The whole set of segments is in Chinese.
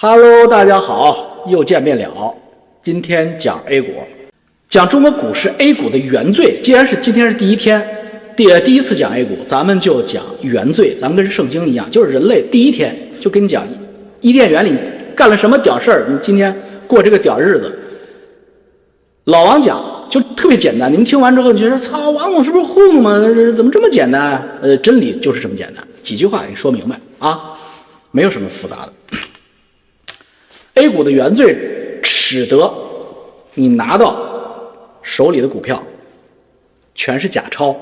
Hello， 大家好，又见面了。今天讲 A 股，讲中国股市 A 股的原罪。既然是今天是第一天，第一次讲 A 股，咱们就讲原罪。咱们跟圣经一样，就是人类第一天就跟你讲伊甸园里干了什么屌事儿，你今天过这个屌日子。老王讲就特别简单，你们听完之后你觉得操，王总是不是糊弄吗？怎么这么简单？真理就是这么简单，几句话给你说明白啊，没有什么复杂的。A 股的原罪使得你拿到手里的股票全是假钞，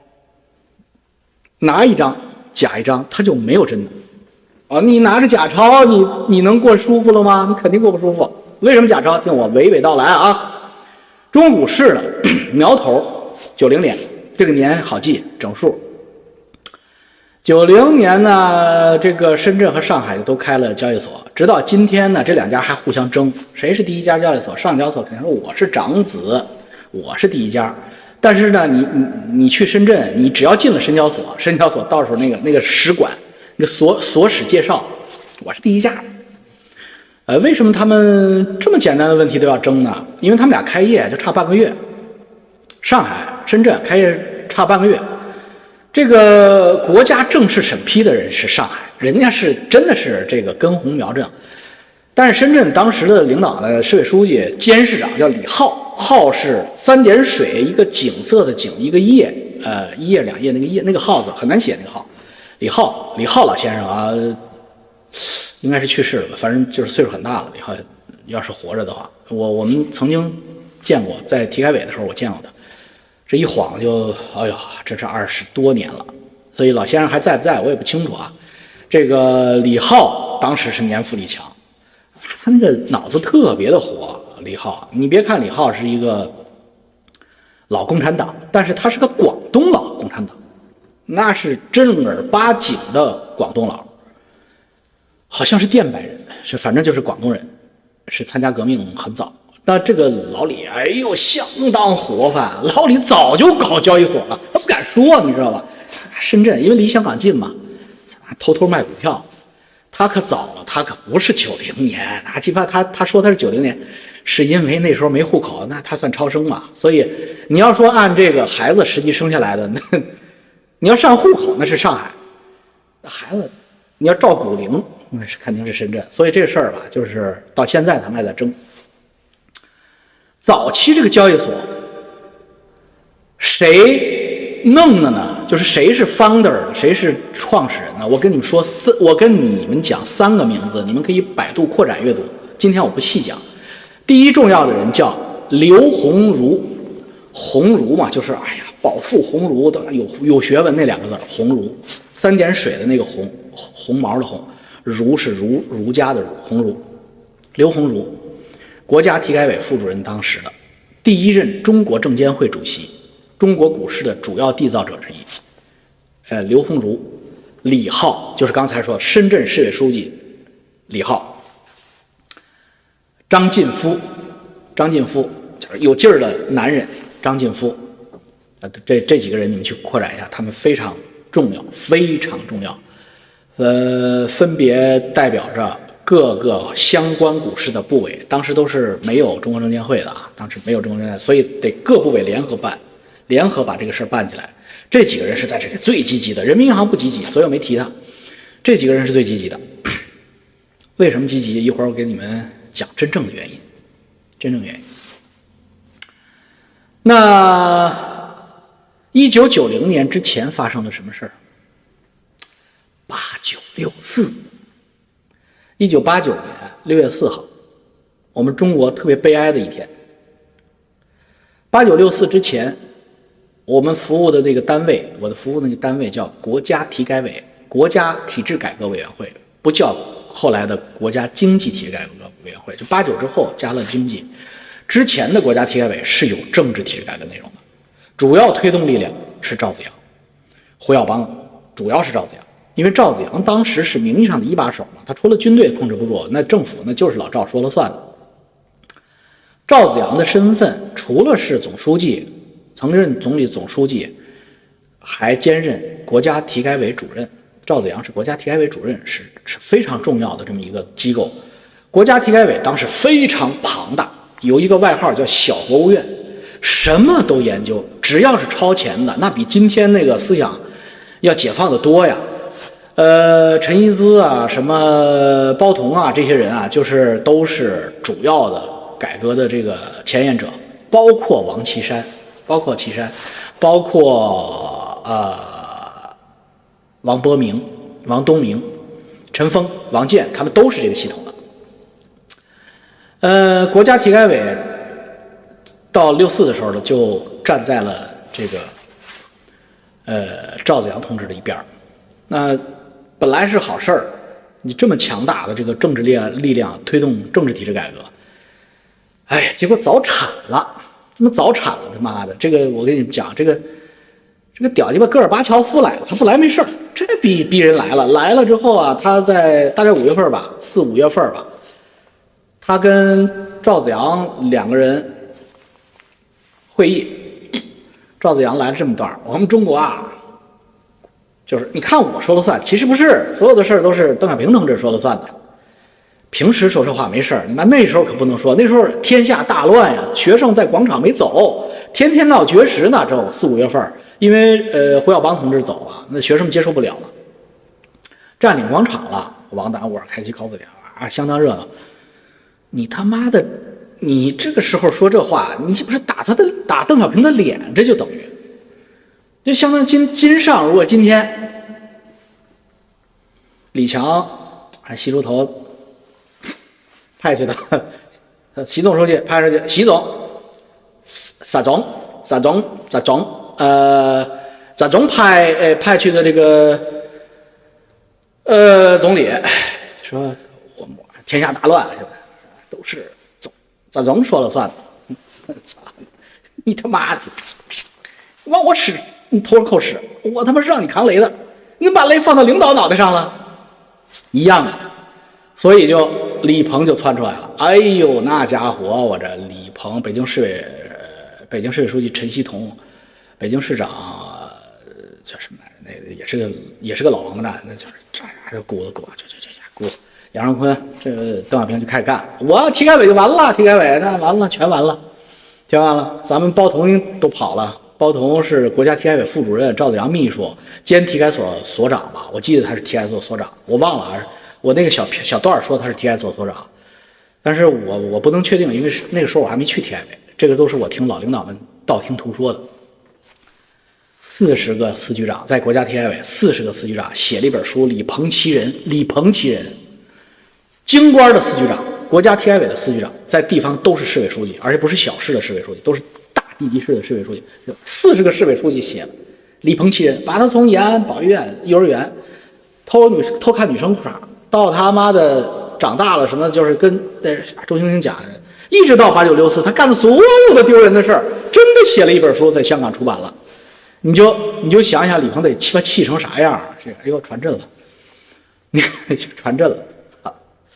拿一张假一张，它就没有真的啊！你拿着假钞，你能过舒服了吗？你肯定过不舒服。为什么假钞？听我娓娓道来啊！中国股市的苗头90年，这个年好记，整数。90年呢，这个深圳和上海都开了交易所，直到今天呢，这两家还互相争，谁是第一家交易所？上交所肯定说我是长子，我是第一家。但是呢，你去深圳，你只要进了深交所，深交所到时候那个使馆那个所使介绍，我是第一家。为什么他们这么简单的问题都要争呢？因为他们俩开业就差半个月，上海、深圳开业差半个月。这个国家正式审批的人是上海，人家是真的是这个根红苗正，但是深圳当时的领导的市委书记兼市长叫李浩，浩是3点水一个景色的景，一个叶，一叶两叶那个叶，那个浩字很难写，那个浩，李浩老先生啊，应该是去世了吧，反正就是岁数很大了。李浩要是活着的话，我们曾经见过，在体改委的时候我见过他。这一晃就，哎呦，这是20多年了，所以老先生还在不在我也不清楚啊。这个李浩当时是年富力强，他那个脑子特别的活。李浩，你别看李浩是一个老共产党，但是他是个广东老共产党，那是正儿八经的广东佬，好像是电白人，反正就是广东人，是参加革命很早。但这个老李，哎呦，相当活泛。老李早就搞交易所了，他不敢说，你知道吧？深圳因为离香港近嘛，偷偷卖股票。他可早了，他可不是90年。鸡巴他说他是90年，是因为那时候没户口，那他算超生嘛。所以你要说按这个孩子实际生下来的，那你要上户口那是上海，那孩子你要照股龄那是肯定是深圳。所以这事儿吧，就是到现在他们还在争。早期这个交易所谁弄的呢？就是谁是 founder， 谁是创始人呢？我跟你们讲3个名字，你们可以百度扩展阅读，今天我不细讲。第一重要的人叫刘鸿儒，鸿儒嘛，就是哎呀，饱腹鸿儒的，有学问那2个字，鸿儒，3点水的那个红毛的红，儒是儒家的儒，鸿儒，刘鸿儒。国家体改委副主任，当时的第1任中国证监会主席，中国股市的主要缔造者之一。刘鸿儒，李浩就是刚才说深圳市委书记李浩，张晋夫就是有劲儿的男人，张晋夫，这几个人你们去扩展一下，他们非常重要，非常重要。分别代表着各个相关股市的部委，当时都是没有中国证监会的啊，当时没有中国证监会，所以得各部委联合办，联合把这个事儿办起来。这几个人是在这里最积极的，人民银行不积极，所以我没提他。这几个人是最积极的。为什么积极？一会儿我给你们讲真正的原因。那1990年之前发生了什么事儿？8964。1989年6月4号，我们中国特别悲哀的一天。8964之前，我们服务的那个单位，我的服务的那个单位叫国家体改委，国家体制改革委员会，不叫后来的国家经济体制改革委员会，就89之后加了经济。之前的国家体改委是有政治体制改革内容的，主要推动力量是赵紫阳、胡耀邦，主要是赵紫阳。因为赵紫阳当时是名义上的一把手嘛，他除了军队控制不住，那政府那就是老赵说了算的。赵紫阳的身份除了是总书记，曾任总理总书记，还兼任国家体改委主任。赵紫阳是国家体改委主任，是非常重要的这么一个机构。 国家体改委当时非常庞大，有一个外号叫小国务院，什么都研究，只要是超前的，那比今天那个思想要解放的多呀。陈一之啊，什么包同啊，这些人啊，都是主要的改革的这个前沿者，包括王岐山，包括王伯明、王东明、陈峰、王建，他们都是这个系统的。国家体改委到64的时候呢，就站在了这个赵子阳同志的一边。那本来是好事儿，你这么强大的这个政治力量推动政治体制改革，哎，结果早产了，怎么早产了？他妈的，这个我跟你们讲，这个屌鸡巴戈尔巴乔夫来了，他不来没事儿，这逼人来了之后啊，他在大概5月份吧，4、5月份吧，他跟赵子阳两个人会议，赵子阳来了这么段，我们中国啊。就是你看我说了算，其实不是，所有的事儿都是邓小平同志说了算的。平时说这话没事儿，你妈那时候可不能说，那时候天下大乱呀，学生在广场没走，天天闹绝食呢。这4、5月份，因为胡耀邦同志走了，那学生们接受不了了，占领广场了，王党我开启考子点啊，相当热闹。你他妈的，你这个时候说这话，你是不是打邓小平的脸？这就等于。就相当于今上，如果今天李强习猪头派去的，习总书记派出去，习总、撒总派去的这个总理说，我们天下大乱了，现在都是撒总说了算的。操你他妈的，往我吃！你偷着扣屎，我他妈是让你扛雷的，你把雷放到领导脑袋上了，一样的，所以就李鹏就窜出来了。哎呦，那家伙，我这李鹏，北京市委书记陈锡同，北京市长叫什么来着？那也是个老王八蛋，那就是这还有鼓杨尚昆，这个邓小平就开始干，我体改委就完了，体改委那完了，全完了，咱们包同都跑了。包同是国家体改委副主任，赵子阳秘书兼体改所所长吧，我记得他是体改所所长，我忘了，我那个小段说他是体改所所长，但是我不能确定，因为那个时候我还没去体改委，这个都是我听老领导们道听途说的。40个司局长在国家体改委，40个司局长写了一本书，李鹏其人，京官的司局长，国家体改委的司局长，在地方都是市委书记，而且不是小市的市委书记，都是地级市的市委书记，40个市委书记写了李鹏其人，把他从延安保育院幼儿园偷看女生裤衩，到他妈的长大了什么，就是跟周星星讲的，一直到8964，他干的所有的丢人的事儿，真的写了一本书，在香港出版了。你就想想李鹏得气成啥样，这哎呦传震了，你传震了啊！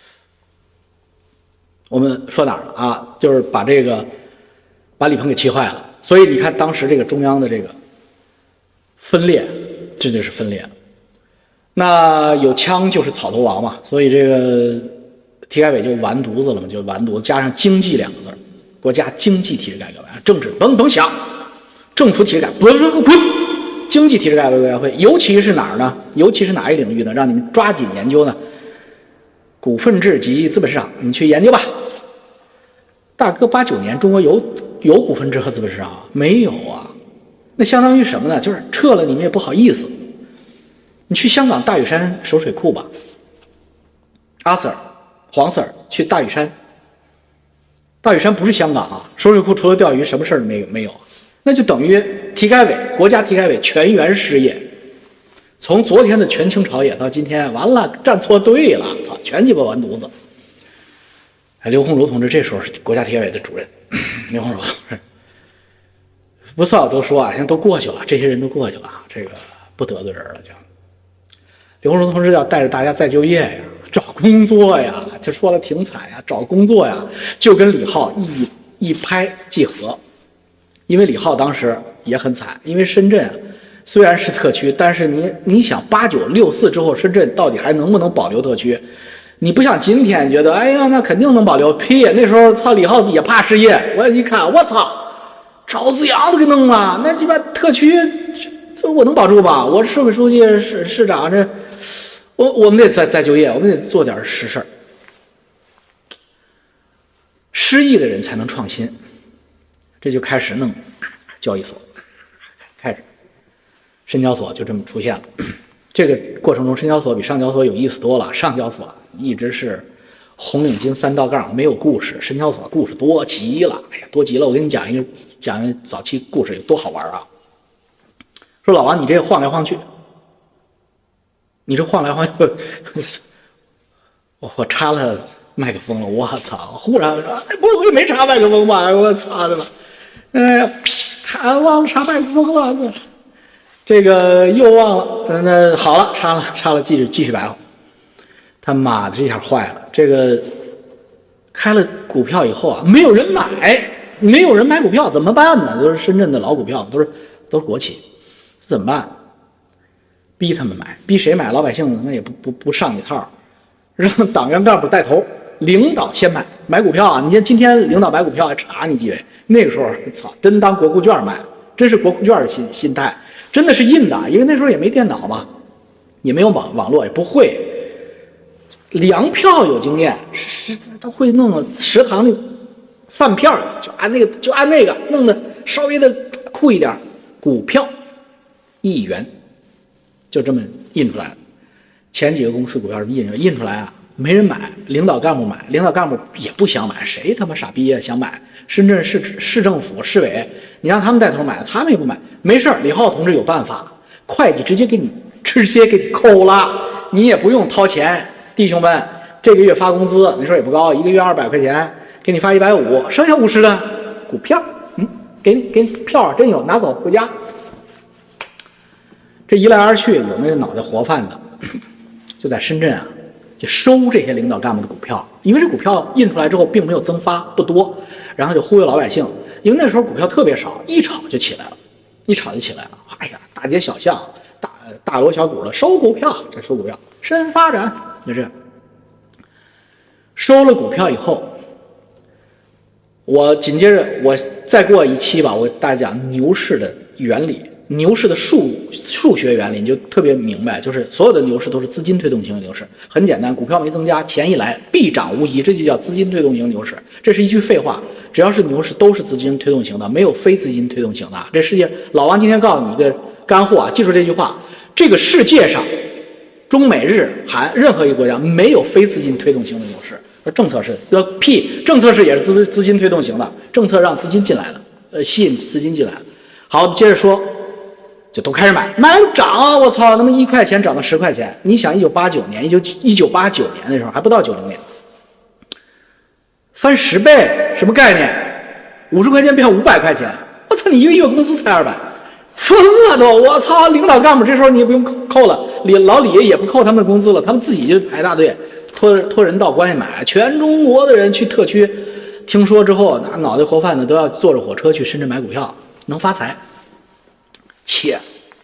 我们说哪儿了啊？就是把李鹏给气坏了，所以你看当时这个中央的这个分裂，这就是分裂了。那有枪就是草头王嘛，所以这个体改委就完犊子了嘛，就完犊子，加上经济2个字，国家经济体制改革委员会，政治甭想，政府体制改不，经济体制改革委员会，尤其是哪儿呢？尤其是哪一领域呢？让你们抓紧研究呢？股份制及资本市场，你去研究吧。大哥，89年中国有股份制和资本市场没有啊？那相当于什么呢？就是撤了你们也不好意思。你去香港大屿山守水库吧，阿 Sir、黄 Sir 去大屿山。大屿山不是香港啊，守水库除了钓鱼什么事儿没有，那就等于体改委国家体改委全员失业。从昨天的权倾朝野到今天，完了站错队了，操，全鸡巴完犊子。刘鸿儒同志这时候是国家体改委的主任，刘鸿儒同志不算我多说啊，现在都过去了，这些人都过去了，这个不得罪人了就。刘鸿儒同志要带着大家再就业呀，找工作呀，就说了挺惨呀，找工作呀，就跟李浩一拍即合。因为李浩当时也很惨，因为深圳啊虽然是特区，但是你想8964之后深圳到底还能不能保留特区？ 你不像今天觉得，哎呀，那肯定能保留。屁，那时候操李浩也怕失业，我一看，我操，赵紫阳都给弄了，那鸡巴特区，这我能保住吧？我市委书记、市长，这我们得再就业，我们得做点实事。失意的人才能创新，这就开始弄交易所，开始深交所就这么出现了。这个过程中，深交所比上交所有意思多了。上交所一直是红领巾3道杠，没有故事。深交所故事多极了，哎呀，多极了！我给你讲一个早期故事有多好玩啊！说老王，你这个晃来晃去，你这晃来晃去，我插了麦克风了，我操！忽然，不会没插麦克风吧？我操的吧！忘了插麦克风了。这个又忘了，那好了，插了，继续白话。他妈的，这下坏了！这个开了股票以后啊，没有人买股票，怎么办呢？都是深圳的老股票，都是国企，怎么办？逼他们买，逼谁买？老百姓那也不上你套，让党员干部带头，领导先买股票啊！你看今天领导买股票还查你几位，那个时候操，真当国库券买，真是国库券的心态。真的是印的，因为那时候也没电脑嘛，也没有网络，也不会粮票有经验，是都会弄食堂的饭票，就按那个弄得稍微的酷一点，股票1元，就这么印出来了。前几个公司股票是印出来啊，没人买，领导干部买，领导干部也不想买，谁他妈傻逼呀想买？深圳市政府市委，你让他们带头买，他们也不买。没事，李浩同志有办法，会计直接给你扣了，你也不用掏钱。弟兄们，这个月发工资那时候也不高，一个月200块钱，给你发150，剩下50的股票，给你票真有，拿走回家。这一来二去，有那个脑袋活泛的，就在深圳啊，就收这些领导干部的股票，因为这股票印出来之后并没有增发，不多，然后就忽悠老百姓，因为那时候股票特别少，一炒就起来了。哎呀，大街小巷、大锣小鼓的收股票，深发展就这样。收了股票以后，我紧接着我再过一期吧，我给大家讲牛市的原理，牛市的数学原理，你就特别明白，就是所有的牛市都是资金推动型的牛市，很简单，股票没增加，钱一来必涨无疑，这就叫资金推动型牛市。这是一句废话，只要是牛市都是资金推动型的，没有非资金推动型的。这世界，老王今天告诉你一个干货啊，记住这句话，这个世界上，中美日韩任何一个国家没有非资金推动型的牛市。政策是政策是也是资金推动型的，政策让资金进来的，吸引资金进来的。好，接着说，就都开始买涨啊！我操，那么1块钱涨到10块钱，你想1989年那时候还不到90年，翻10倍，什么概念？50块钱变500块钱，我操，你一个月工资才200，疯了都！我操，领导干部这时候你也不用扣了，老李也不扣他们的工资了，他们自己就排大队。托人道关系买，全中国的人去特区，听说之后，那脑袋活泛的都要坐着火车去深圳买股票，能发财。切，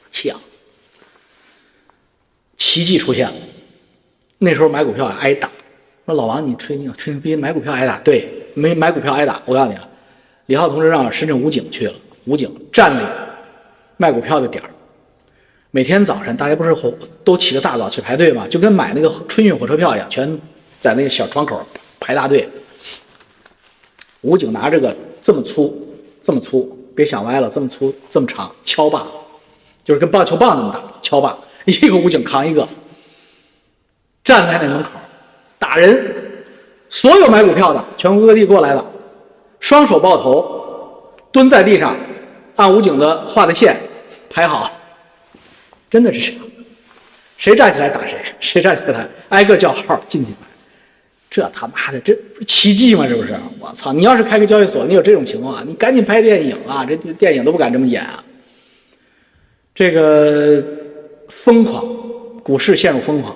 奇迹出现了。那时候买股票挨打，说老王你吹牛逼，买股票挨打，对，没买股票挨打。我告诉你啊，李浩同志让深圳武警去了，武警占领卖股票的点儿。每天早上大家不是都起个大早去排队吗？就跟买那个春运火车票一样，全在那个小窗口排大队。武警拿这个这么粗，别想歪了，这么粗这么长锹把，就是跟棒球棒那么大锹把，一个武警扛一个，站在那门口打人。所有买股票的全国各地过来的，双手抱头，蹲在地上，按武警的画的线排好。真的是这样，谁站起来打谁站起来打，挨个叫号进去。这他妈的，这不是奇迹吗？这不是？我操！你要是开个交易所，你有这种情况，你赶紧拍电影啊！这电影都不敢这么演啊！这个疯狂，股市陷入疯狂。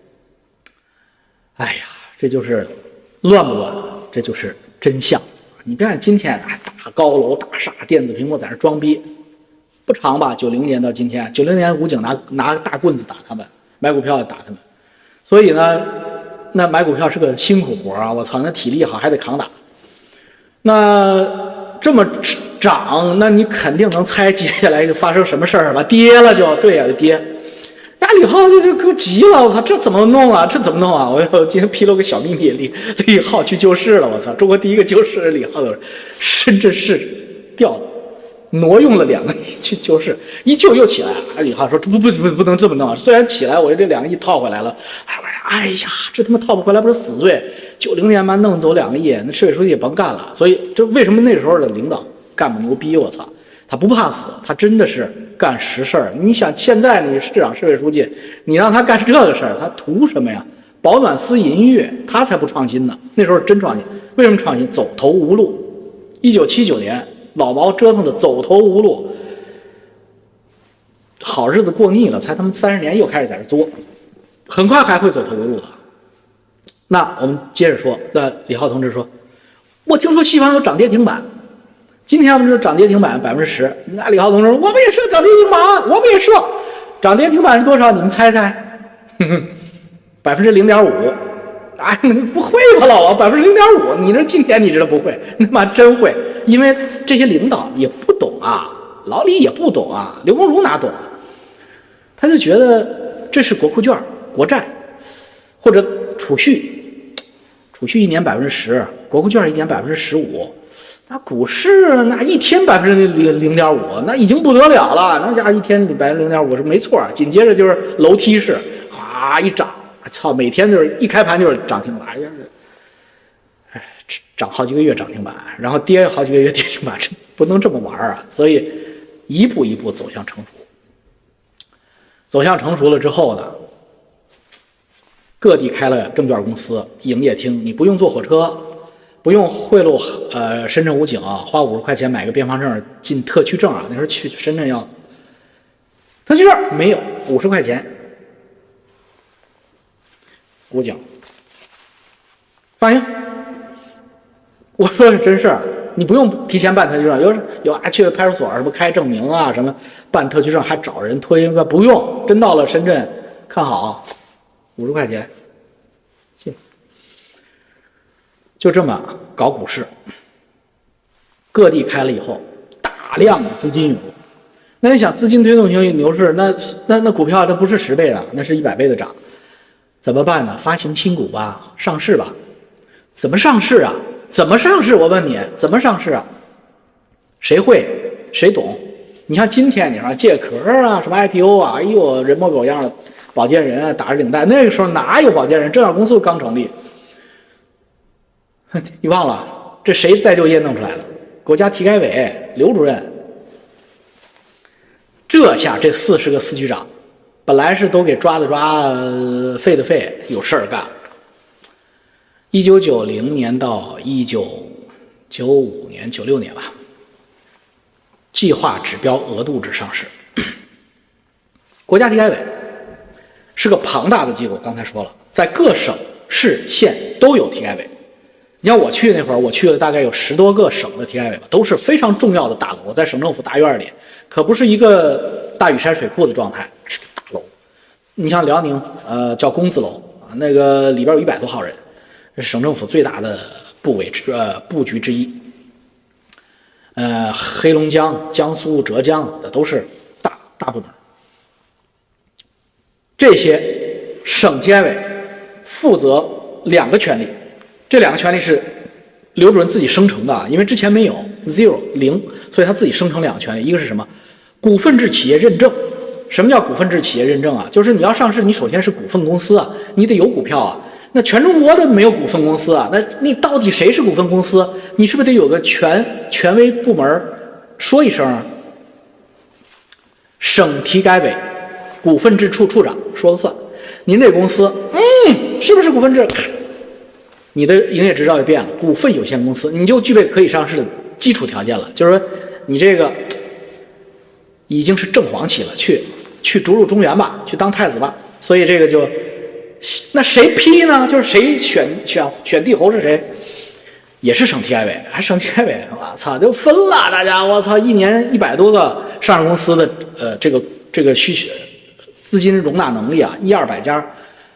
哎呀，这就是乱不乱？这就是真相。你别看今天还大高楼大厦、电子屏幕在这装逼。不长吧，90年到今天，90年武警拿大棍子打他们，买股票打他们，所以呢， 那买股票是个辛苦活啊！我操，那体力好还得扛打。那这么涨，那你肯定能猜接下来就发生什么事儿吧？跌了就对呀，就跌。呀，李浩就给我急了，我操，这怎么弄啊？这怎么弄啊？我今天披露个小秘密，李浩去救市了，我操！中国第一个救市的李浩的深圳市调挪用了2个亿去救市，一救又起来了。李浩说不能这么弄，虽然起来我这2个亿套回来了，哎呀，这他妈套不回来不是死罪？90年嘛弄走2个亿，那市委书记也甭干了。所以这为什么那时候的领导干不牛逼？我操！他不怕死，他真的是干实事儿。你想，现在你市长、市委书记，你让他干这个事儿，他图什么呀？饱暖思淫欲，他才不创新呢。那时候真创新，为什么创新？走投无路。1979年，老毛折腾的走投无路，好日子过腻了，才他妈30年又开始在这作，很快还会走投无路的。那我们接着说，那李浩同志说，我听说西方有涨跌停板。今天我们说涨跌停板10%，那李浩同志说我们也设涨跌停板，我们也设涨跌停板是多少？你们猜猜？0.5%。哎，不会吧，老王，0.5%？你这今天你知道不会？他妈真会，因为这些领导也不懂啊，老李也不懂啊，刘光儒哪懂啊？他就觉得这是国库券、国债或者储蓄1年10%，国库券1年15%。那股市那一天0.5%，那已经不得了了。那家一天0.5%是没错，紧接着就是楼梯式，哗一涨，操，每天就是一开盘就是涨停板，哎，涨好几个月涨停板，然后跌好几个月跌停板，不能这么玩啊！所以一步一步走向成熟。走向成熟了之后呢，各地开了证券公司、营业厅，你不用坐火车。不用贿赂深圳武警啊，花50块钱买个边防证进特区证啊。那时候去深圳要特区证没有，50块钱。武警放行，我说的是真事儿，你不用提前办特区证，有去派出所什么开证明啊，什么办特区证还找人推，不用，真到了深圳看好，50块钱。就这么搞股市，各地开了以后，大量的资金涌入。那你想，资金推动型牛市，那股票它不是10倍的，那是100倍的涨，怎么办呢？发行新股吧，上市吧。怎么上市啊？怎么上市？我问你，怎么上市啊？谁会？谁懂？你像今天你说借壳啊，什么 IPO 啊，哎呦，人模狗样的保荐人啊，打着领带，那个时候哪有保荐人？证券公司刚成立。你忘了这谁再就业弄出来的？国家体改委刘主任。这下这40个司局长，本来是都给抓的抓，废的废，有事儿干。1990年到1995年、96年吧，计划指标额度制上市。国家体改委是个庞大的机构，刚才说了，在各省市县都有体改委。你像我去那会儿，我去了大概有10多个省的体改委吧，都是非常重要的大楼，在省政府大院里，可不是一个大屿山水库的状态，是个大楼。你像辽宁，叫工字楼，那个里边有100多号人，是省政府最大的布局之一。黑龙江、江苏、浙江的都是大部门。这些省体改委负责2个权利。这2个权利是刘主任自己生成的，因为之前没有 0，所以他自己生成2个权利。一个是什么？股份制企业认证。什么叫股份制企业认证啊？就是你要上市，你首先是股份公司啊，你得有股票啊。那全中国的没有股份公司啊，那你到底谁是股份公司？你是不是得有个权威部门说一声啊？省体改委股份制处处长说了算。您这公司，是不是股份制？你的营业执照也变了，股份有限公司，你就具备可以上市的基础条件了。就是说，你这个已经是正黄旗了，去逐入中原吧，去当太子吧。所以这个就，那谁批呢？就是谁选帝侯是谁？也是省体改委，还省体改委，我操，就分了，大家，我操，一年100多个上市公司的这个资金容纳能力啊，100-200家。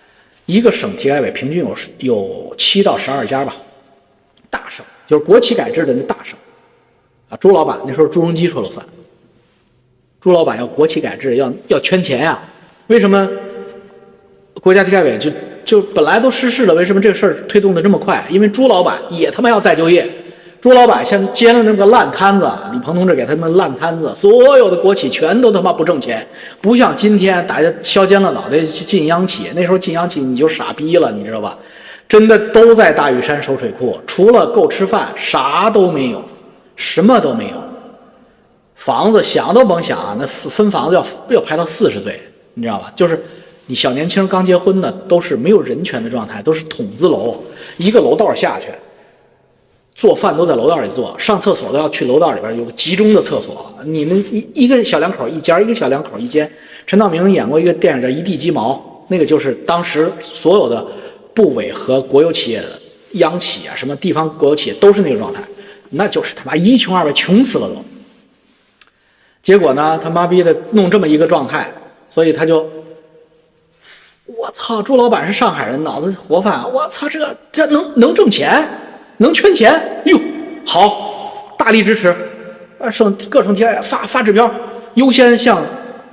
一个省体改委平均有7到12家吧，大省就是国企改制的那大省啊。朱老板那时候朱镕基说了算，朱老板要国企改制要圈钱呀。为什么国家体改委就本来都失势了，为什么这个事儿推动的这么快？因为朱老板也他妈要再就业。朱老板先接了那个烂摊子，李鹏同志给他们烂摊子，所有的国企全都他妈不挣钱，不像今天大家削尖了脑袋进央企，那时候进央企你就傻逼了，你知道吧？真的都在大屿山收水库，除了够吃饭啥都没有，什么都没有。房子想都甭想，那分房子要排到40岁，你知道吧？就是你小年轻刚结婚的都是没有人权的状态，都是筒子楼，一个楼道下去。做饭都在楼道里做，上厕所都要去楼道里边有个集中的厕所。你们一个小两口一间，一个小两口一间。陈道明演过一个电影叫《一地鸡毛》，那个就是当时所有的部委和国有企业的央企啊，什么地方国有企业都是那个状态，那就是他妈一穷二白，穷死了都。结果呢，他妈逼的弄这么一个状态，所以他就，我操，朱老板是上海人，脑子活泛，我操，这能挣钱。能圈钱，哟，好，大力支持，各省体改发指标，优先向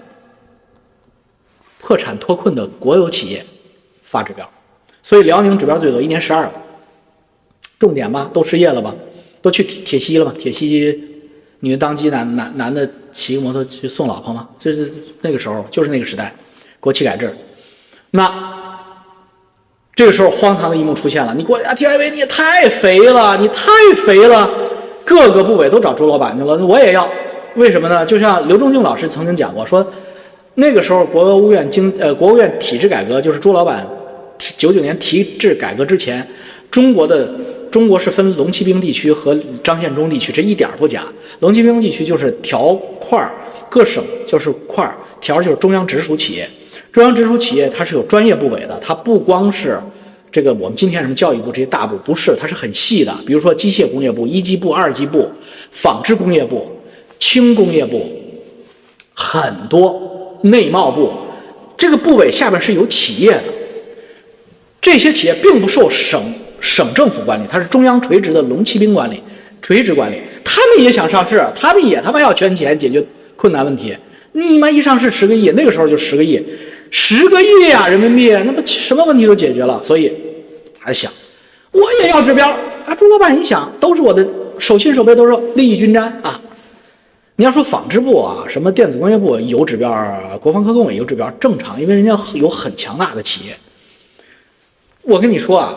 破产脱困的国有企业发指标，所以辽宁指标最多，1年12个，重点吧，都失业了吧，都去铁西了吧，铁西女的当机，男的骑摩托去送老婆嘛，这是那个时候，就是那个时代，国企改制，那。这个时候荒唐的一幕出现了，你国家体改委你也太肥了，你太肥了，各个部委都找朱老板去了，我也要，为什么呢？就像刘仲敬老师曾经讲过，说那个时候国务院体制改革，就是朱老板99年体制改革之前，中国是分龙骑兵地区和张献忠地区，这一点不假。龙骑兵地区就是条块，各省就是块，条就是中央直属企业。中央直属企业它是有专业部委的，它不光是这个我们今天什么教育部这些大部，不是，它是很细的。比如说机械工业部、1级部、2级部、纺织工业部、轻工业部，很多内贸部，这个部委下边是有企业的。这些企业并不受省政府管理，它是中央垂直的龙骑兵管理，垂直管理。他们也想上市，他们也他妈要圈钱解决困难问题。你妈一上市10个亿，那个时候就10个亿。10个亿呀，人民币，那不什么问题都解决了，所以还想我也要指标啊！朱老板一想，都是我的手心手背都是利益均沾啊！你要说纺织部啊，什么电子工业部有指标，国防科工也有指标，正常，因为人家有很强大的企业。我跟你说啊，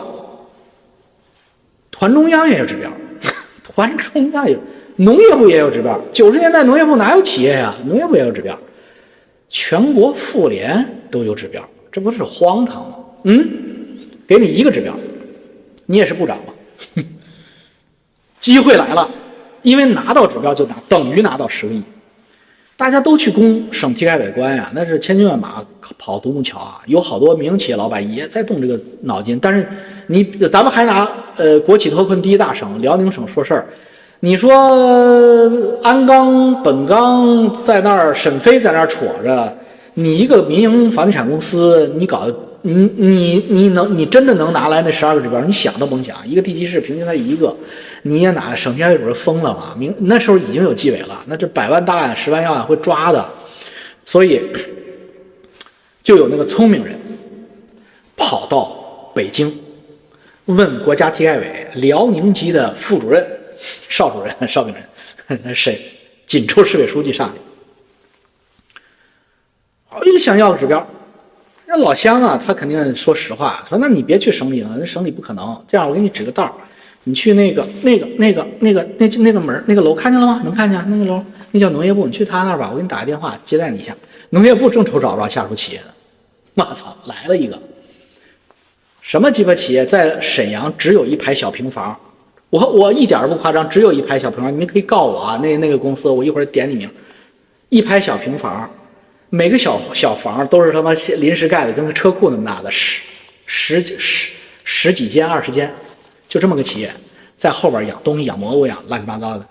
团中央也有指标，团中央有，农业部也有指标。90年代农业部哪有企业呀？农业部也有指标。全国妇联都有指标，这不是荒唐吗？给你一个指标，你也是部长嘛。机会来了，因为拿到指标就等于拿到10个亿，大家都去攻省体改委官呀，那是千军万马跑独木桥啊！有好多民营企业老板也在动这个脑筋，但是咱们还拿国企脱困第一大省辽宁省说事儿。你说鞍钢、本钢在那儿，沈飞在那儿戳着，你一个民营房地产公司，你搞你真的能拿来那12个指标？你想都甭想，一个地级市平均才1个，你也拿省体改委主任疯了吗？那时候已经有纪委了，那这100万大案、10万要案会抓的，所以就有那个聪明人跑到北京，问国家体改委辽宁籍的副主任。邵主任、邵秉仁，谁？锦州市委书记上去。也想要个指标，那老乡啊，他肯定说实话，说那你别去省里了，那省里不可能。这样我给你指个道，你去那个门那个楼看见了吗？能看见那个楼？那叫农业部，你去他那儿吧，我给你打个电话接待你一下。农业部正愁找不着下属企业呢，我操，来了一个，什么鸡巴企业在沈阳只有1排小平房。我一点不夸张，只有1排小平房，你们可以告我啊！那个公司，我一会儿点你名。1排小平房，每个小房都是他妈临时盖的，跟个车库那么大的，十几间、20间，就这么个企业，在后边养东西、养蘑菇、养乱七八糟的，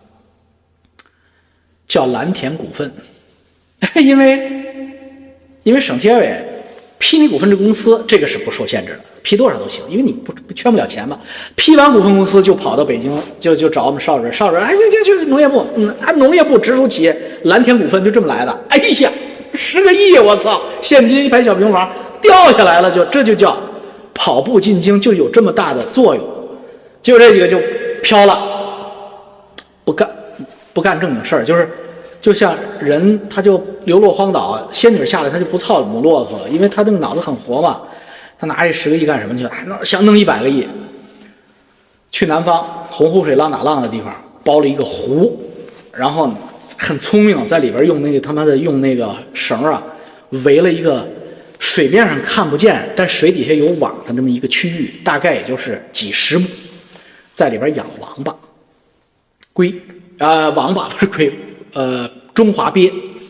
叫蓝田股份，因为省体改委批你股份制公司，这个是不受限制的，批多少都行，因为你不圈不了钱嘛。批完股份公司就跑到北京，就找我们邵主任，邵主任，哎，去农业部，农业部直属企业蓝田股份就这么来的。哎呀，10个亿，我操！现金1排小平房掉下来了，这就叫跑步进京，就有这么大的作用。结果这几个就飘了，不干正经事儿，就像人，他就流落荒岛，仙女下来他就不操母骆驼了，因为他那个脑子很活嘛。他拿这10个亿干什么去？想弄100个亿，去南方洪湖水浪打浪的地方包了一个湖，然后很聪明，在里边用那个绳啊围了一个水面上看不见但水底下有网的这么一个区域，大概也就是几10亩，在里边养王八、龟王八不是龟，中华鳖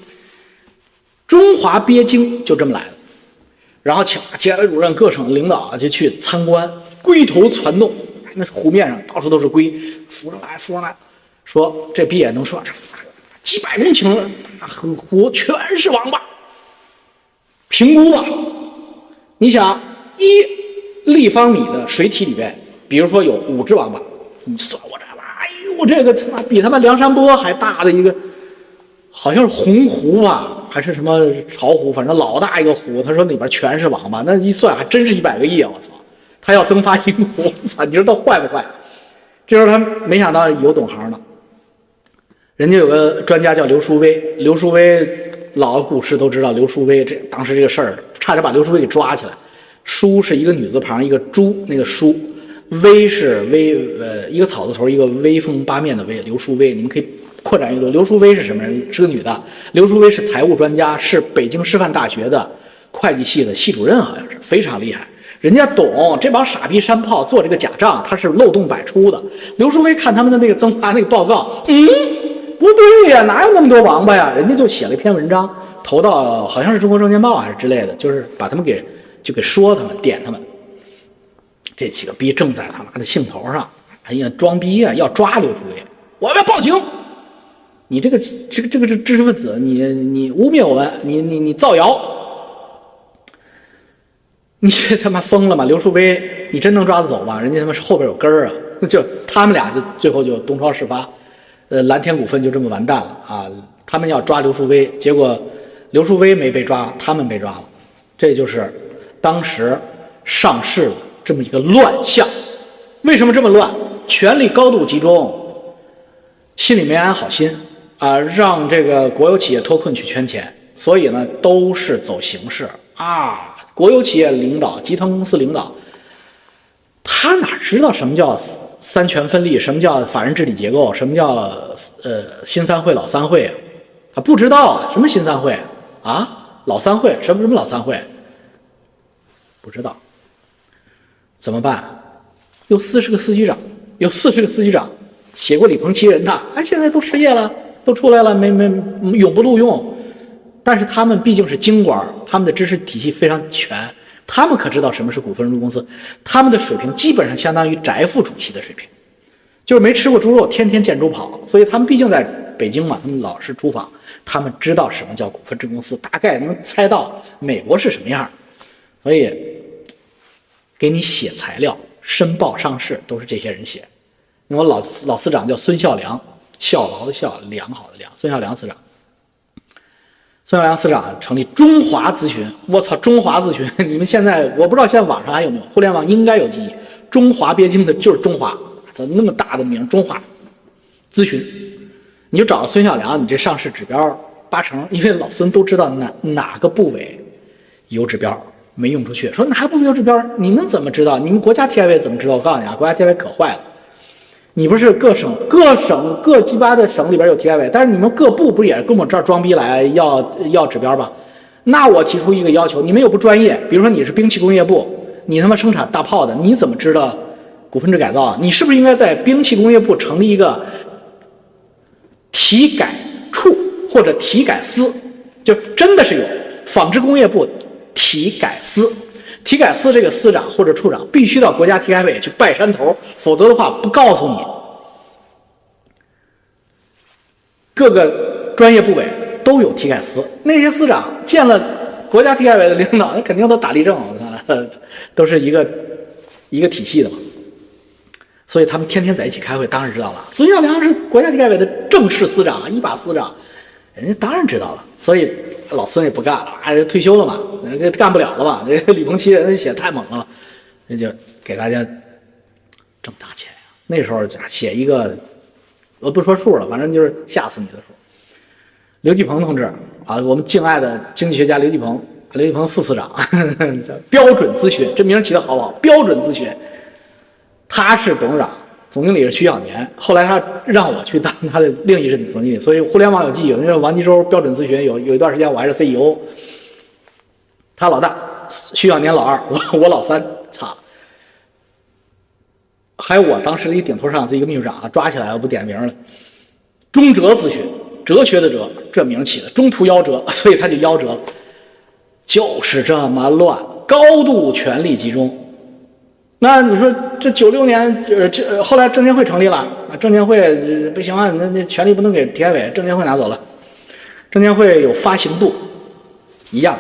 精就这么来的。然后请体改委主任、各省领导就去参观，龟头攒动，那是湖面上到处都是龟，浮上来，说这鳖能说几百公顷大湖全是王八，评估吧。你想1立方米的水体里边，比如说有5只王八，你算我这，哎呦，这个比他妈梁山泊还大的一个，好像是洪湖吧，还是什么巢湖，反正老大一个湖。他说里边全是王八，那一算还真是100个亿啊！我操，他要增发1个湖，我操，你说他坏不坏？这时候他没想到有懂行的，人家有个专家叫刘书威，刘书威老股市都知道，刘书威当时这个事儿差点把刘书威给抓起来。书是一个女字旁一个猪，那个书，威是一个草字头一个威风八面的威，刘书威，你们可以扩展阅读。刘书威是什么人？是个女的。刘书威是财务专家，是北京师范大学的会计系的系主任，好像是非常厉害。人家懂，这帮傻逼山炮做这个假账，他是漏洞百出的。刘书威看他们的那个增发那个报告，不对呀，哪有那么多王八呀？人家就写了一篇文章，投到好像是中国证券报还是之类的，就是把他们给说他们点他们。这几个逼正在他妈的兴头上，哎呀，装逼啊，要抓刘书威，我要报警！你这个知识分子，你污蔑我们，你造谣，你这他妈疯了吗？刘书威，你真能抓得走吗？人家他妈是后边有根儿啊！就他们俩就最后就东窗事发，蓝田股份就这么完蛋了啊！他们要抓刘书威，结果刘书威没被抓，他们被抓了，这就是当时上市的这么一个乱象。为什么这么乱？权力高度集中，心里没安好心啊，让这个国有企业脱困去圈钱，所以呢都是走形式啊。国有企业领导、集团公司领导，他哪知道什么叫三权分立，什么叫法人治理结构，什么叫新三会老三会啊？他不知道啊，什么新三会啊？老三会什么老三会？不知道，怎么办？有40个司局长，写过李鹏7人的，哎，现在都失业了，都出来了，没永不录用。但是他们毕竟是京官，他们的知识体系非常全，他们可知道什么是股份制公司，他们的水平基本上相当于翟副主席的水平，就是没吃过猪肉，天天见猪跑。所以他们毕竟在北京嘛，他们老是出访，他们知道什么叫股份制公司，大概能猜到美国是什么样。所以给你写材料、申报上市都是这些人写。因为我老司长叫孙孝良，效劳的效，良好的良，孙孝良司长。孙孝良司长成立中华咨询，我操，中华咨询，你们现在我不知道现在网上还有没有，互联网应该有记忆。中华鳖精的就是中华，怎么那么大的名？中华咨询，你就找孙孝良，你这上市指标80%，因为老孙都知道哪个部委有指标没用出去。说哪个部委有指标？你们怎么知道？你们国家体改委怎么知道？我告诉你啊，国家体改委可坏了。你不是各省各鸡巴的省里边有体改委，但是你们各部不也跟我这儿装逼来要指标吧？那我提出一个要求，你们又不专业，比如说你是兵器工业部，你他妈生产大炮的，你怎么知道股份制改造啊？你是不是应该在兵器工业部成立一个体改处或者体改司？就真的是有纺织工业部体改司。体改司这个司长或者处长必须到国家体改委去拜山头，否则的话不告诉你。各个专业部委都有体改司，那些司长见了国家体改委的领导，那肯定都打立正，都是一个体系的嘛。所以他们天天在一起开会，当然知道了。孙孝良是国家体改委的正式司长，一把司长，人家当然知道了。所以老孙也不干了，退休了嘛，干不了了嘛。这个李鹏奇人写太猛了，那就给大家挣大钱呀。那时候写一个，我不说数了，反正就是吓死你的数。刘继鹏同志啊，我们敬爱的经济学家刘继鹏副司长，叫标准咨询，这名起得好不好？标准咨询，他是董事长，总经理是徐小年，后来他让我去当他的另一任总经理，所以互联网有记忆，有那个王吉洲标准咨询有一段时间我还是 CEO， 他老大，徐小年老二，我老三，操！还有我当时的一顶头上司一个秘书长抓起来我不点名了，中哲咨询。哲学的哲，这名起的中途夭折，所以他就夭折了。就是这么乱，高度权力集中。那你说这96年，后来证监会成立了啊，证监会不行啊，那权力不能给体改委，证监会拿走了。证监会有发行部，一样。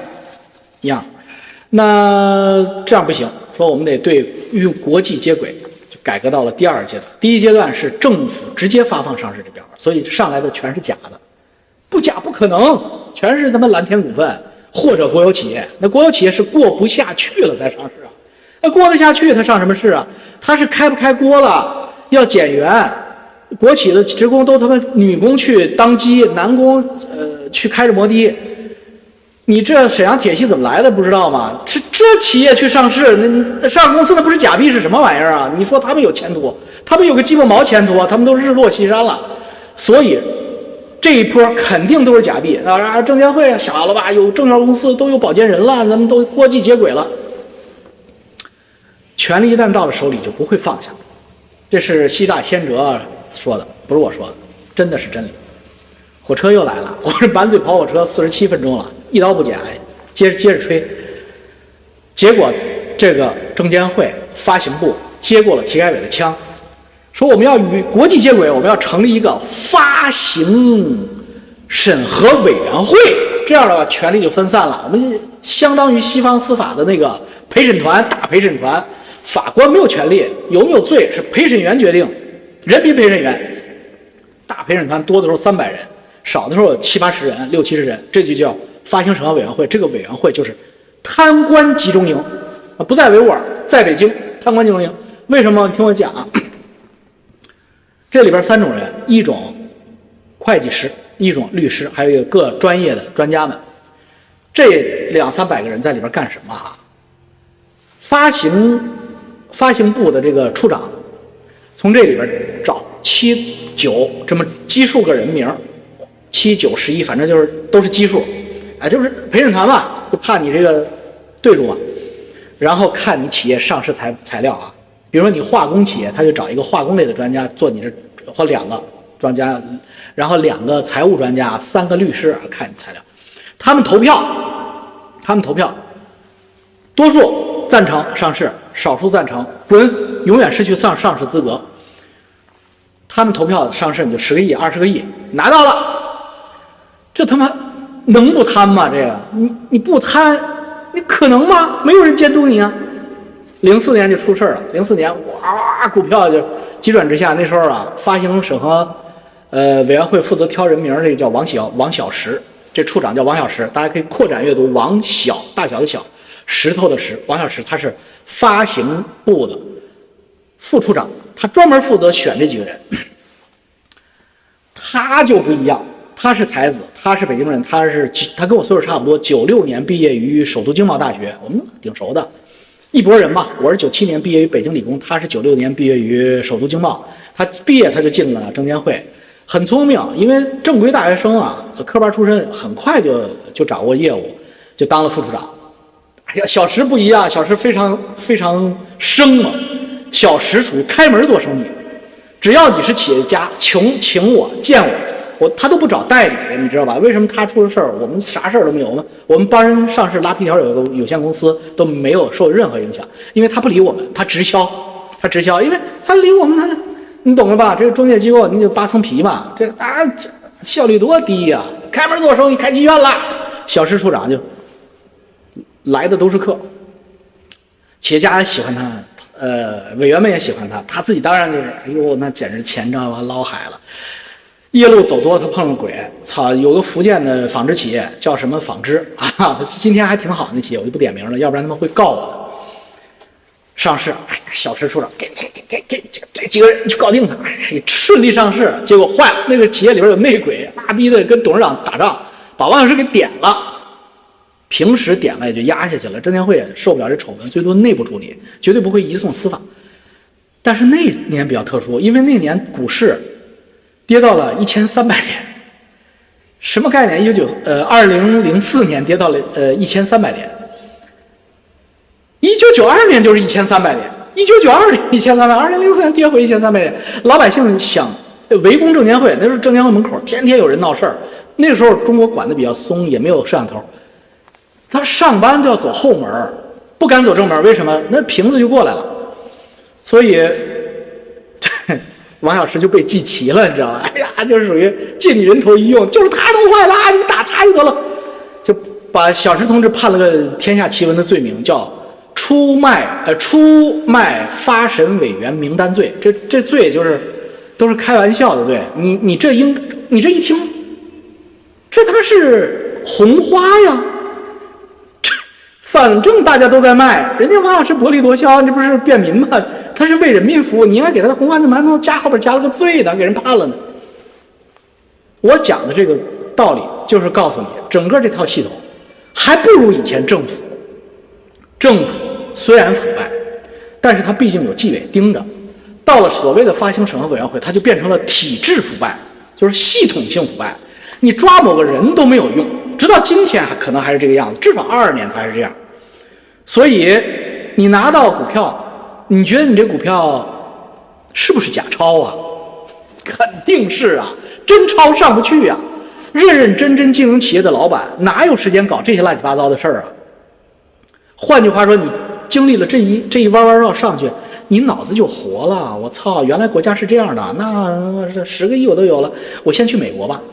那这样不行，说我们得对与国际接轨。改革到了第二阶段，第一阶段是政府直接发放上市指标，所以上来的全是假的，不假不可能，全是他妈蓝天股份或者国有企业。那国有企业是过不下去了才上市啊，那过得下去他上什么市啊？他是开不开锅了，要减员，国企的职工都他妈女工去当机，男工去开着摩的。你这沈阳铁系怎么来的不知道吗？这企业去上市，那上市公司那不是假币是什么玩意儿啊？你说他们有前途，他们有个鸡巴毛前途啊？他们都日落西山了，所以这一波肯定都是假币啊！证监会小了吧？有证券公司都有保荐人了，咱们都国际接轨了，权力一旦到了手里就不会放下。这是希腊先哲说的，不是我说的，真的是真理。火车又来了，我是满嘴跑火车47分钟了，一刀不剪，接着吹。结果这个证监会发行部接过了体改委的枪，说我们要与国际接轨，我们要成立一个发行审核委员会，这样的话权力就分散了。我们相当于西方司法的那个陪审团，大陪审团，法官没有权利，有没有罪是陪审员决定，人民陪审员，大陪审团多的时候300人。少的时候70-80人，60-70人，这就叫发行审核委员会。这个委员会就是贪官集中营啊，不在维吾尔，在北京，贪官集中营。为什么？你听我讲啊，这里边3种人，一种会计师，一种律师，还有一个各专业的专家们。这200-300个人在里边干什么啊？发行部的这个处长，从这里边找7、9这么奇数个人名。7、9、11，反正就是都是基数，哎，就是陪审团嘛，就怕你这个对住嘛。然后看你企业上市材料啊，比如说你化工企业，他就找一个化工类的专家做你这，或2个专家，然后2个财务专家，3个律师看你材料，他们投票，多数赞成上市，少数赞成滚，永远失去上市资格。他们投票上市，你就10个亿、20个亿拿到了。这他妈能不贪吗？这个你不贪，你可能吗？没有人监督你啊。04年就出事了，04年哇，股票就急转直下。那时候啊，发行审核委员会负责挑人名，这个叫王小石，这处长叫王小石，大家可以扩展阅读，王小大小的小，石头的石，王小石他是发行部的副处长，他专门负责选这几个人。他就不一样。他是才子，他是北京人，他跟我岁数差不多，96年毕业于首都经贸大学，我们挺熟的，一拨人吧。我是97年毕业于北京理工，他是96年毕业于首都经贸，他毕业他就进了证监会，很聪明，因为正规大学生啊，科班出身，很快就掌握业务，就当了副处长。哎呀，小石不一样，小石非常非常生猛，小石属于开门做生意，只要你是企业家，请我见我，他都不找代理的，你知道吧？为什么他出了事儿，我们啥事儿都没有？我们帮人上市拉皮条有个有限公司都没有受任何影响，因为他不理我们，他直销，因为他理我们，你懂了吧？这个中介机构你就8层皮嘛，这效率多低呀！开门做生意，开妓院了，小石处长就来的都是客，企业家也喜欢他，委员们也喜欢他，他自己当然就是，哎呦，那简直钱庄啊捞海了。夜路走多，他碰上鬼，操！有个福建的纺织企业叫什么纺织啊，今天还挺好，那企业我就不点名了，要不然他们会告我的。上市，小池处长给这几个人去搞定他，顺利上市。结果坏了，那个企业里边有内鬼，妈逼的跟董事长打仗，把王小石给点了。平时点了也就压下去了，证监会也受不了这丑闻，最多内部处理，绝对不会移送司法。但是那年比较特殊，因为那年股市跌到了1300点，什么概念？2004年跌到了1300点。1992年就是1300点，1992年1300，2004年跌回1300点。老百姓想围攻证监会，那时候证监会门口天天有人闹事儿。那个时候中国管得比较松，也没有摄像头，他上班就要走后门，不敢走正门。为什么？那瓶子就过来了。所以王小石就被记齐了，你知道吗？哎呀，就是属于借你人头一用，就是他弄坏了，你打他就得了，就把小石同志判了个天下奇闻的罪名，叫出卖发审委员名单罪。这罪就是都是开玩笑的罪。你这一听，这他妈是红花呀！反正大家都在卖，人家王小石薄利多销，这不是便民吗？他是为人民服务，你应该给他的红花，怎么还能加后边加了个罪呢？给人判了呢？我讲的这个道理就是告诉你，整个这套系统还不如以前政府。政府虽然腐败，但是它毕竟有纪委盯着。到了所谓的发行审核委员会，它就变成了体制腐败，就是系统性腐败。你抓某个人都没有用，直到今天可能还是这个样子，至少22年它还是这样。所以你拿到股票，你觉得你这股票是不是假钞啊？肯定是啊，真钞上不去啊。认认真真经营企业的老板哪有时间搞这些乱七八糟的事儿啊？换句话说，你经历了这一弯弯绕上去，你脑子就活了。我操，原来国家是这样的，那10个亿我都有了，我先去美国吧。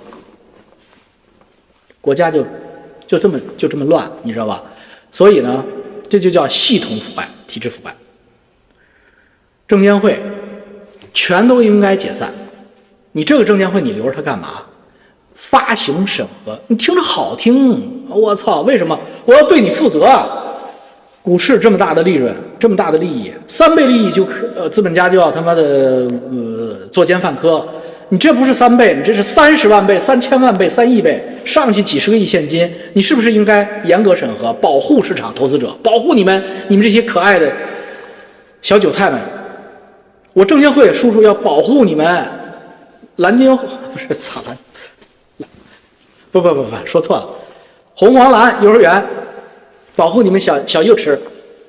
国家就这么乱，你知道吧？所以呢，这就叫系统腐败、体制腐败。证监会全都应该解散。你这个证监会你留着它干嘛？发行审核，你听着好听，我操，为什么？我要对你负责啊！股市这么大的利润，这么大的利益，3倍利益就资本家就要他妈的作奸犯科。你这不是3倍，你这是30万倍、3000万倍、3亿倍，上去几十个亿现金，你是不是应该严格审核，保护市场投资者，保护你们这些可爱的小韭菜们？我证监会叔叔要保护你们，蓝金不是操蓝，不，说错了，红黄蓝幼儿园，保护你们小幼稚。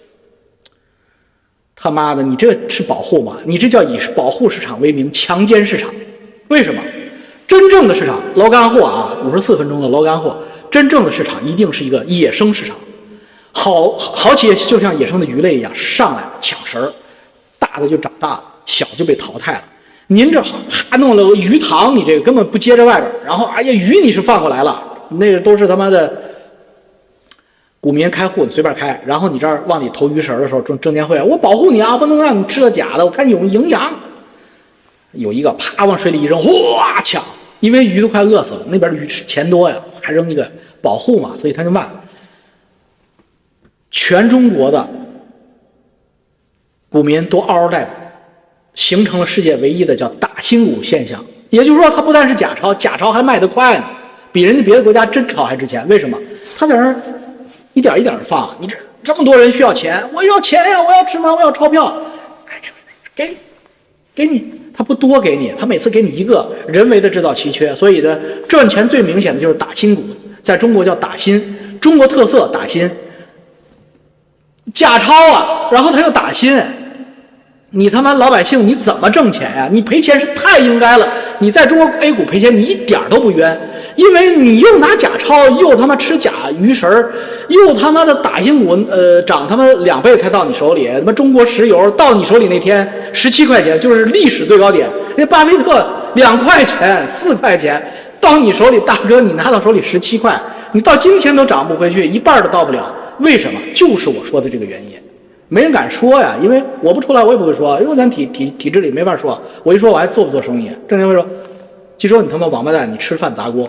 他妈的，你这是保护吗？你这叫以保护市场为名强奸市场。为什么？真正的市场捞干货啊，54分钟的捞干货。真正的市场一定是一个野生市场，好企业就像野生的鱼类一样，上来抢食儿，大的就长大了，小就被淘汰了。您这还弄了个鱼塘，你这个根本不接着外边，然后哎呀鱼你是放过来了，那个都是他妈的股民开户，你随便开，然后你这儿往里投鱼食的时候，证监会我保护你啊，不能让你吃了假的，我看你有营养。有一个啪往水里一扔，哗抢，因为鱼都快饿死了，那边的鱼钱多呀，还扔一个保护嘛，所以他就慢。全中国的股民都嗷嗷待哺，形成了世界唯一的叫打新股现象。也就是说，它不但是假钞，假钞还卖得快呢，比人家别的国家真钞还值钱。为什么？他在那儿一点一点的放，你这么多人需要钱，我要钱呀，我要吃饭，我要钞票，给你。他不多给你，他每次给你一个，人为的制造奇缺。所以呢，赚钱最明显的就是打新股，在中国叫打新，中国特色打新，假钞啊，然后他又打新，你他妈老百姓你怎么挣钱呀？你赔钱是太应该了，你在中国 A 股赔钱你一点都不冤，因为你又拿假钞，又他妈吃假鱼食儿，又他妈的打新股，涨他妈2倍才到你手里。他妈中国石油到你手里那天17块钱，就是历史最高点。人巴菲特2块钱、4块钱到你手里，大哥你拿到手里17块，你到今天都涨不回去，一半都到不了。 为什么？就是我说的这个原因。没人敢说呀，因为我不出来，我也不会说，因为咱体制里没法说。我一说，我还做不做生意？证监会说，据说你他妈王八蛋，你吃饭砸锅。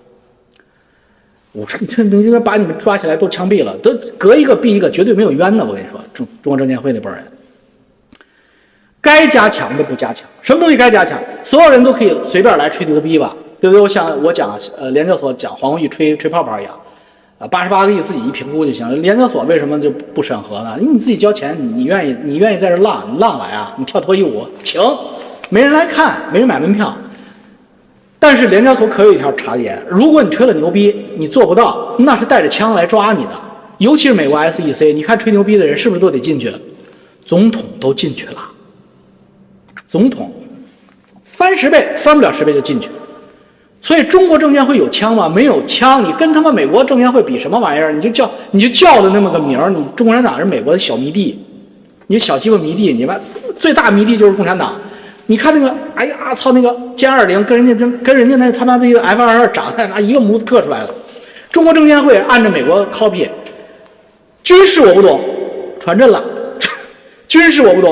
我说你应该把你们抓起来都枪毙了，都隔一个毙一个，绝对没有冤的。我跟你说，中国证监会那帮人，该加强的不加强，什么东西该加强？所有人都可以随便来吹牛逼吧，对不对？我讲联交所讲黄宏毅吹泡泡一样。88个亿自己一评估就行了。联交所为什么就不审核呢？因为你自己交钱，你愿意在这浪，你浪来啊，你跳脱衣舞，请，没人来看，没人买门票。但是联交所可有一条查点，如果你吹了牛逼，你做不到，那是带着枪来抓你的。尤其是美国 SEC， 你看吹牛逼的人是不是都得进去？总统都进去了，总统翻10倍，翻不了10倍就进去。所以中国证监会有枪吗？没有枪，你跟他妈美国证监会比什么玩意儿？你就叫的那么个名儿，你中国共产党是美国的小迷弟，你小鸡巴迷弟，你们最大迷弟就是共产党。你看那个，哎呀，操那个歼20跟人家那他妈的 F22长得拿一个模子刻出来的。中国证监会按照美国 copy， 军事我不懂，传真了，军事我不懂，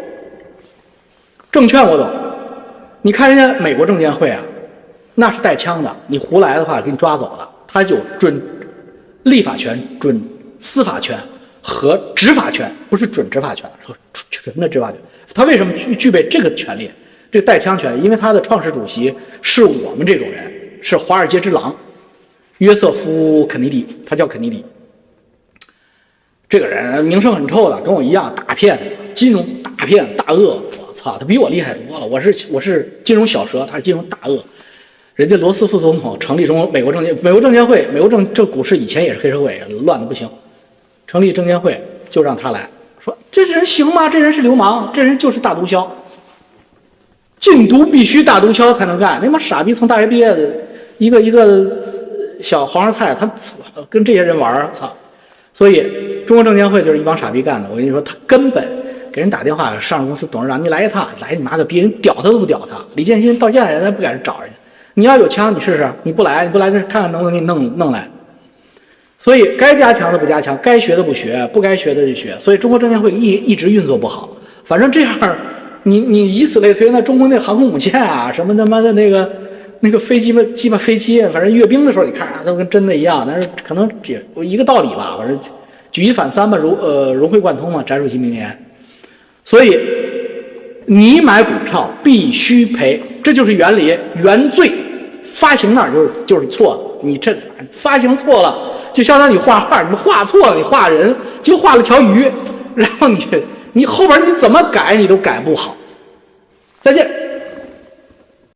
证券我懂。你看人家美国证监会啊。那是带枪的，你胡来的话给你抓走了。他就准立法权、准司法权和执法权，不是准执法权，是纯的执法权。他为什么具备这个权利？这个带枪权利，因为他的创始主席是我们这种人，是华尔街之狼，约瑟夫·肯尼迪，他叫肯尼迪。这个人名声很臭的，跟我一样大骗子，金融大骗大鳄。我操，他比我厉害多了。我是金融小蛇，他是金融大鳄。人家罗斯福总统成立美国证监会，这股市以前也是黑社会，乱的不行。成立证监会就让他来说，这人行吗？这人是流氓，这人就是大毒枭。禁毒必须大毒枭才能干。那妈傻逼从大学毕业的一个小黄花菜，他跟这些人玩，操！所以中国证监会就是一帮傻逼干的。我跟你说，他根本给人打电话，上市公司董事长，你来一趟，来你妈个逼，人屌他都不屌他。李建新到现在人家不敢找人家。你要有枪，你试试。你不来，看看能不能给你弄来。所以该加强的不加强，该学的不学，不该学的就学。所以中国证监会一直运作不好。反正这样，你以此类推，那中国那航空母舰啊，什么他妈的那个飞机吧飞机，反正阅兵的时候你看都跟真的一样。但是可能一个道理吧，反正举一反三吧，融会贯通嘛，翟主席名言。所以你买股票必须赔，这就是原理原罪。发行那儿就是错的，你这发行错了，就相当于你画画，你画错了，你画人就画了条鱼，然后你后边你怎么改你都改不好。再见。